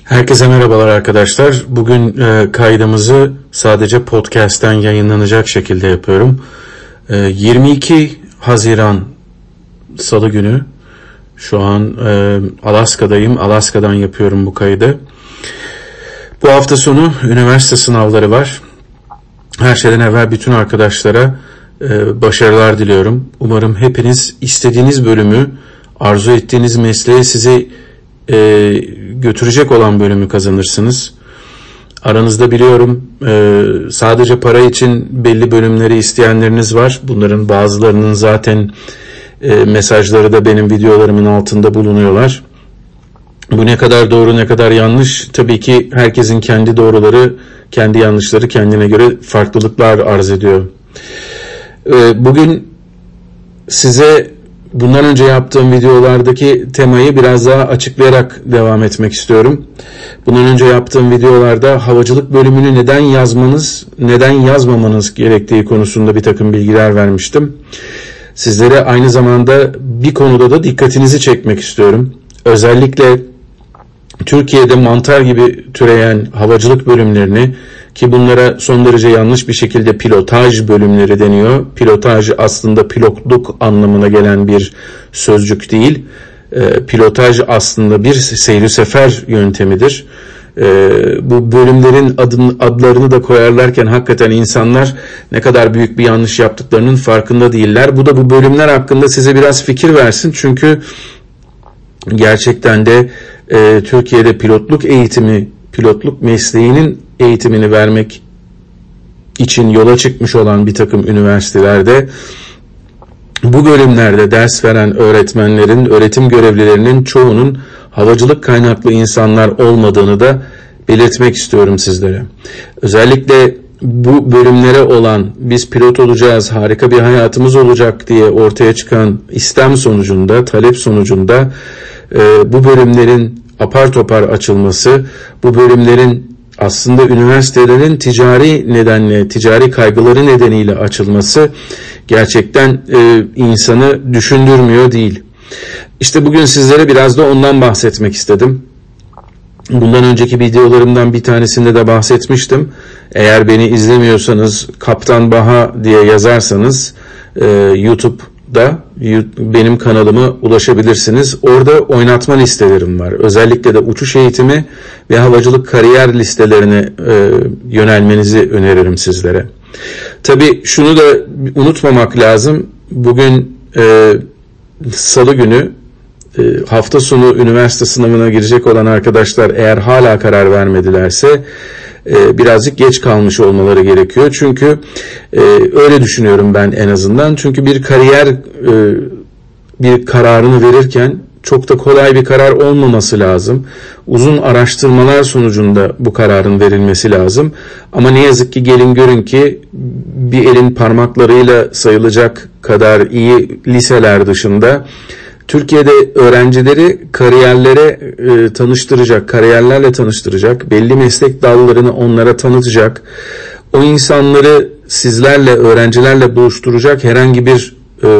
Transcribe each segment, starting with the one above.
Herkese merhabalar arkadaşlar. Bugün kaydımızı sadece podcast'ten yayınlanacak şekilde yapıyorum. 22 Haziran Salı günü. Şu an Alaska'dayım. Alaska'dan yapıyorum bu kaydı. Bu hafta sonu üniversite sınavları var. Her şeyden evvel bütün arkadaşlara başarılar diliyorum. Umarım hepiniz istediğiniz bölümü, arzu ettiğiniz mesleğe sizi götürecek olan bölümü kazanırsınız. Aranızda biliyorum sadece para için belli bölümleri isteyenleriniz var. Bunların bazılarının zaten mesajları da benim videolarımın altında bulunuyorlar. Bu ne kadar doğru ne kadar yanlış, tabii ki herkesin kendi doğruları, kendi yanlışları kendine göre farklılıklar arz ediyor. Bugün size bundan önce yaptığım videolardaki temayı biraz daha açıklayarak devam etmek istiyorum. Bundan önce yaptığım videolarda havacılık bölümünü neden yazmanız, neden yazmamanız gerektiği konusunda bir takım bilgiler vermiştim. Sizlere aynı zamanda bir konuda da dikkatinizi çekmek istiyorum. Özellikle Türkiye'de mantar gibi türeyen havacılık bölümlerini, ki bunlara son derece yanlış bir şekilde pilotaj bölümleri deniyor. Pilotaj aslında pilotluk anlamına gelen bir sözcük değil. Pilotaj aslında bir seyri sefer yöntemidir. Bu bölümlerin adlarını da koyarlarken hakikaten insanlar ne kadar büyük bir yanlış yaptıklarının farkında değiller. Bu da bu bölümler hakkında size biraz fikir versin. Çünkü gerçekten de Türkiye'de pilotluk mesleğinin eğitimini vermek için yola çıkmış olan bir takım üniversitelerde bu bölümlerde ders veren öğretmenlerin, öğretim görevlilerinin çoğunun havacılık kaynaklı insanlar olmadığını da belirtmek istiyorum sizlere. Özellikle bu bölümlere olan biz pilot olacağız, harika bir hayatımız olacak diye ortaya çıkan istem sonucunda, talep sonucunda bu bölümlerin apar topar açılması, bu bölümlerin aslında üniversitelerin ticari kaygıları nedeniyle açılması gerçekten insanı düşündürmüyor değil. İşte bugün sizlere biraz da ondan bahsetmek istedim. Bundan önceki videolarımdan bir tanesinde de bahsetmiştim. Eğer beni izlemiyorsanız Kaptan Baha diye yazarsanız YouTube'da benim kanalıma ulaşabilirsiniz. Orada oynatma listelerim var. Özellikle de uçuş eğitimi ve havacılık kariyer listelerine yönelmenizi öneririm sizlere. Tabii şunu da unutmamak lazım. Bugün Salı günü, hafta sonu üniversite sınavına girecek olan arkadaşlar eğer hala karar vermedilerse birazcık geç kalmış olmaları gerekiyor. Çünkü öyle düşünüyorum ben en azından. Çünkü bir kararını verirken çok da kolay bir karar olmaması lazım. Uzun araştırmalar sonucunda bu kararın verilmesi lazım. Ama ne yazık ki gelin görün ki bir elin parmaklarıyla sayılacak kadar iyi liseler dışında Türkiye'de öğrencileri kariyerlerle tanıştıracak, belli meslek dallarını onlara tanıtacak, o insanları sizlerle, öğrencilerle buluşturacak herhangi bir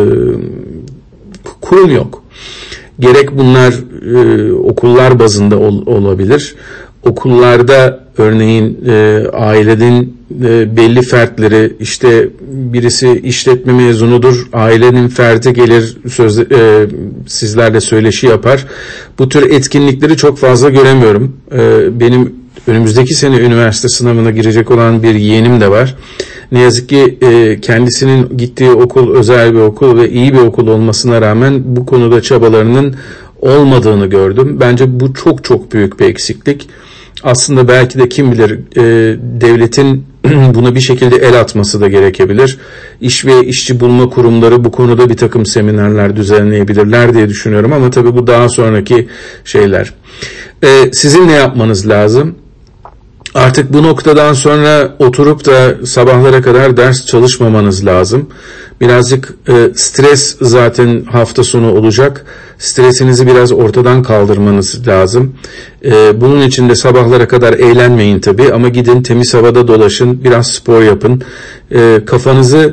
kurum yok. Gerek bunlar okullar bazında olabilir. Okullarda örneğin ailenin belli fertleri, işte birisi işletme mezunudur, ailenin ferdi gelir sizlerle söyleşi yapar. Bu tür etkinlikleri çok fazla göremiyorum. Benim önümüzdeki sene üniversite sınavına girecek olan bir yeğenim de var. Ne yazık ki kendisinin gittiği okul özel bir okul ve iyi bir okul olmasına rağmen bu konuda çabalarının olmadığını gördüm. Bence bu çok çok büyük bir eksiklik. Aslında belki de kim bilir devletin buna bir şekilde el atması da gerekebilir. İş ve işçi bulma kurumları bu konuda bir takım seminerler düzenleyebilirler diye düşünüyorum ama tabii bu daha sonraki şeyler. Sizin ne yapmanız lazım? Artık bu noktadan sonra oturup da sabahlara kadar ders çalışmamanız lazım. Birazcık stres zaten hafta sonu olacak. Stresinizi biraz ortadan kaldırmanız lazım. Bunun için de sabahlara kadar eğlenmeyin tabii ama gidin temiz havada dolaşın, biraz spor yapın. Kafanızı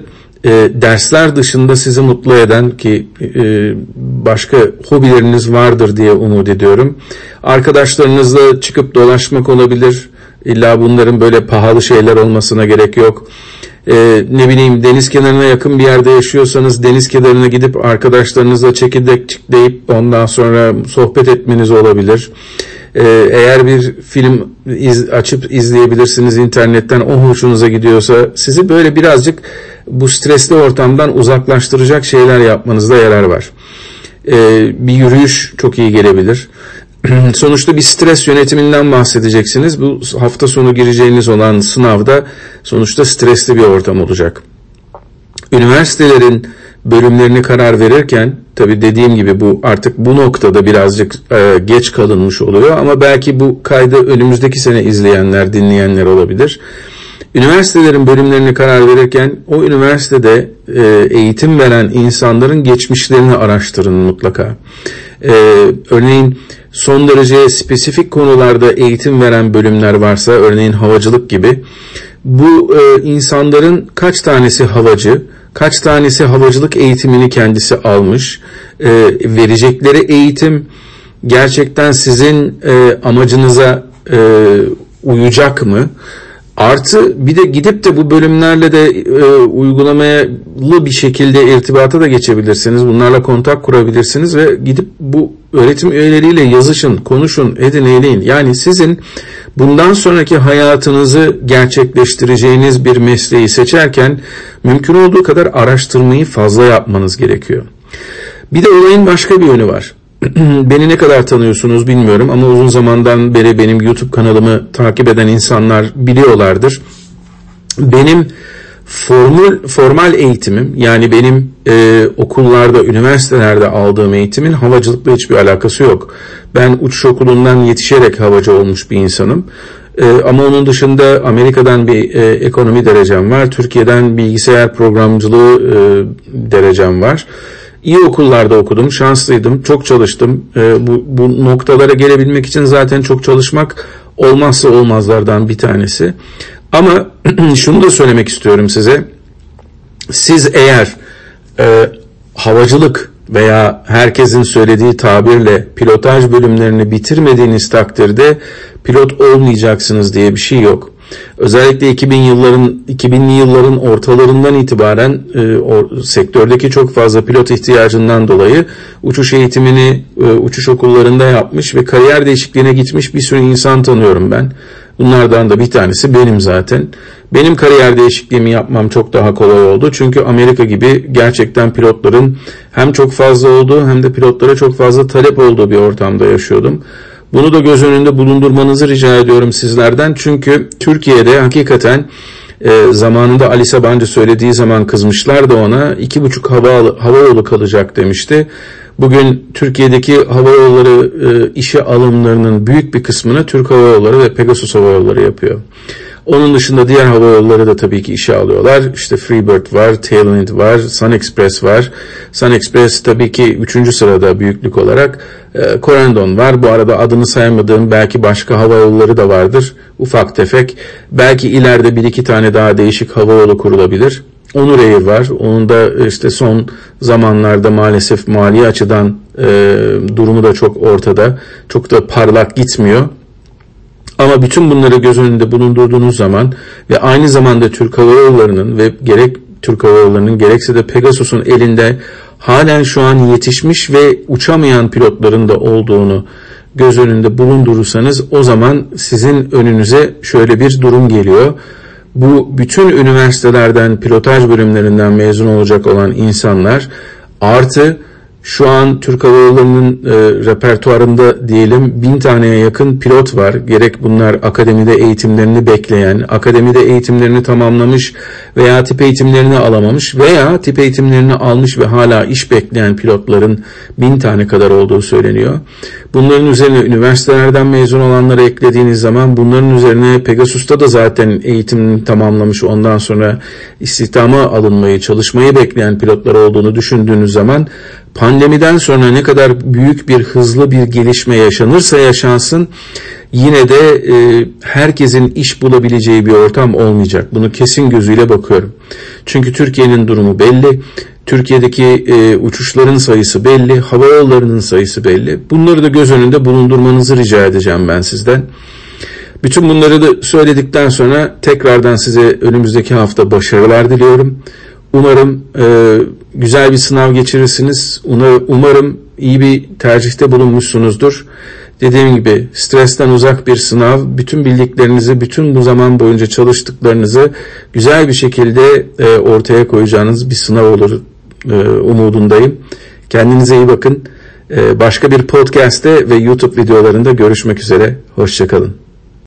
dersler dışında sizi mutlu eden ki başka hobileriniz vardır diye umut ediyorum. Arkadaşlarınızla çıkıp dolaşmak olabilir. İlla bunların böyle pahalı şeyler olmasına gerek yok. Ne bileyim, deniz kenarına yakın bir yerde yaşıyorsanız deniz kenarına gidip arkadaşlarınızla çekirdek çitleyip ondan sonra sohbet etmeniz olabilir. Eğer bir film açıp izleyebilirsiniz internetten, o hoşunuza gidiyorsa sizi böyle birazcık bu stresli ortamdan uzaklaştıracak şeyler yapmanızda yarar var. Bir yürüyüş çok iyi gelebilir. Sonuçta bir stres yönetiminden bahsedeceksiniz. Bu hafta sonu gireceğiniz olan sınavda sonuçta stresli bir ortam olacak. Üniversitelerin bölümlerini karar verirken, tabii dediğim gibi bu artık bu noktada birazcık geç kalınmış oluyor ama belki bu kaydı önümüzdeki sene izleyenler, dinleyenler olabilir. Üniversitelerin bölümlerini karar verirken o üniversitede eğitim veren insanların geçmişlerini araştırın mutlaka. Örneğin son derece spesifik konularda eğitim veren bölümler varsa, örneğin havacılık gibi, bu insanların kaç tanesi havacı, kaç tanesi havacılık eğitimini kendisi almış, verecekleri eğitim gerçekten sizin amacınıza uyacak mı? Artı bir de gidip de bu bölümlerle de uygulamalı bir şekilde irtibata da geçebilirsiniz. Bunlarla kontak kurabilirsiniz ve gidip bu öğretim üyeleriyle yazışın, konuşun, edin, eyleyin. Yani sizin bundan sonraki hayatınızı gerçekleştireceğiniz bir mesleği seçerken mümkün olduğu kadar araştırmayı fazla yapmanız gerekiyor. Bir de olayın başka bir yönü var. Beni ne kadar tanıyorsunuz bilmiyorum ama uzun zamandan beri benim YouTube kanalımı takip eden insanlar biliyorlardır. Benim formal eğitimim, yani benim okullarda, üniversitelerde aldığım eğitimin havacılıkla hiçbir alakası yok. Ben uçuş okulundan yetişerek havacı olmuş bir insanım. Ama onun dışında Amerika'dan bir ekonomi derecem var. Türkiye'den bilgisayar programcılığı derecem var. İyi okullarda okudum, şanslıydım, çok çalıştım. Bu noktalara gelebilmek için zaten çok çalışmak olmazsa olmazlardan bir tanesi. Ama şunu da söylemek istiyorum size. Siz eğer havacılık veya herkesin söylediği tabirle pilotaj bölümlerini bitirmediğiniz takdirde pilot olmayacaksınız diye bir şey yok. Özellikle 2000'li yılların ortalarından itibaren sektördeki çok fazla pilot ihtiyacından dolayı uçuş eğitimini uçuş okullarında yapmış ve kariyer değişikliğine gitmiş bir sürü insan tanıyorum ben. Bunlardan da bir tanesi benim zaten. Benim kariyer değişikliğimi yapmam çok daha kolay oldu. Çünkü Amerika gibi gerçekten pilotların hem çok fazla olduğu hem de pilotlara çok fazla talep olduğu bir ortamda yaşıyordum. Bunu da göz önünde bulundurmanızı rica ediyorum sizlerden. Çünkü Türkiye'de hakikaten zamanında Ali Sabancı söylediği zaman kızmışlar da ona, 2,5 havayolu kalacak demişti. Bugün Türkiye'deki havayolları işe alımlarının büyük bir kısmını Türk Hava Yolları ve Pegasus Hava Yolları yapıyor. Onun dışında diğer hava yolları da tabii ki işe alıyorlar. İşte Freebird var, Tailwind var, Sun Express var. Sun Express tabii ki 3. sırada büyüklük olarak. Corendon var. Bu arada adını sayamadığım belki başka hava yolları da vardır. Ufak tefek. Belki ileride 1-2 tane daha değişik hava yolu kurulabilir. Onur Air var. Onun da işte son zamanlarda maalesef mali açıdan durumu da çok ortada. Çok da parlak gitmiyor. Ama bütün bunları göz önünde bulundurduğunuz zaman ve aynı zamanda Türk Hava Yolları'nın ve gerek Türk Hava Yolları'nın gerekse de Pegasus'un elinde halen şu an yetişmiş ve uçamayan pilotların da olduğunu göz önünde bulundurursanız, o zaman sizin önünüze şöyle bir durum geliyor. Bu bütün üniversitelerden, pilotaj bölümlerinden mezun olacak olan insanlar artı şu an Türk Hava Yolları'nın repertuarında diyelim 1000 taneye yakın pilot var. Gerek bunlar akademide eğitimlerini bekleyen, akademide eğitimlerini tamamlamış veya tip eğitimlerini alamamış veya tip eğitimlerini almış ve hala iş bekleyen pilotların 1000 tane kadar olduğu söyleniyor. Bunların üzerine üniversitelerden mezun olanları eklediğiniz zaman, bunların üzerine Pegasus'ta da zaten eğitimini tamamlamış, ondan sonra istihdama alınmayı, çalışmayı bekleyen pilotlar olduğunu düşündüğünüz zaman, pandemiden sonra ne kadar büyük bir hızlı bir gelişme yaşanırsa yaşansın, yine de herkesin iş bulabileceği bir ortam olmayacak. Bunu kesin gözüyle bakıyorum. Çünkü Türkiye'nin durumu belli. Türkiye'deki uçuşların sayısı belli. Hava yollarının sayısı belli. Bunları da göz önünde bulundurmanızı rica edeceğim ben sizden. Bütün bunları da söyledikten sonra tekrardan size önümüzdeki hafta başarılar diliyorum. Umarım güzel bir sınav geçirirsiniz. Umarım iyi bir tercihte bulunmuşsunuzdur. Dediğim gibi stresten uzak bir sınav, bütün bildiklerinizi, bütün bu zaman boyunca çalıştıklarınızı güzel bir şekilde ortaya koyacağınız bir sınav olur umudundayım. Kendinize iyi bakın. Başka bir podcast'te ve YouTube videolarında görüşmek üzere. Hoşça kalın.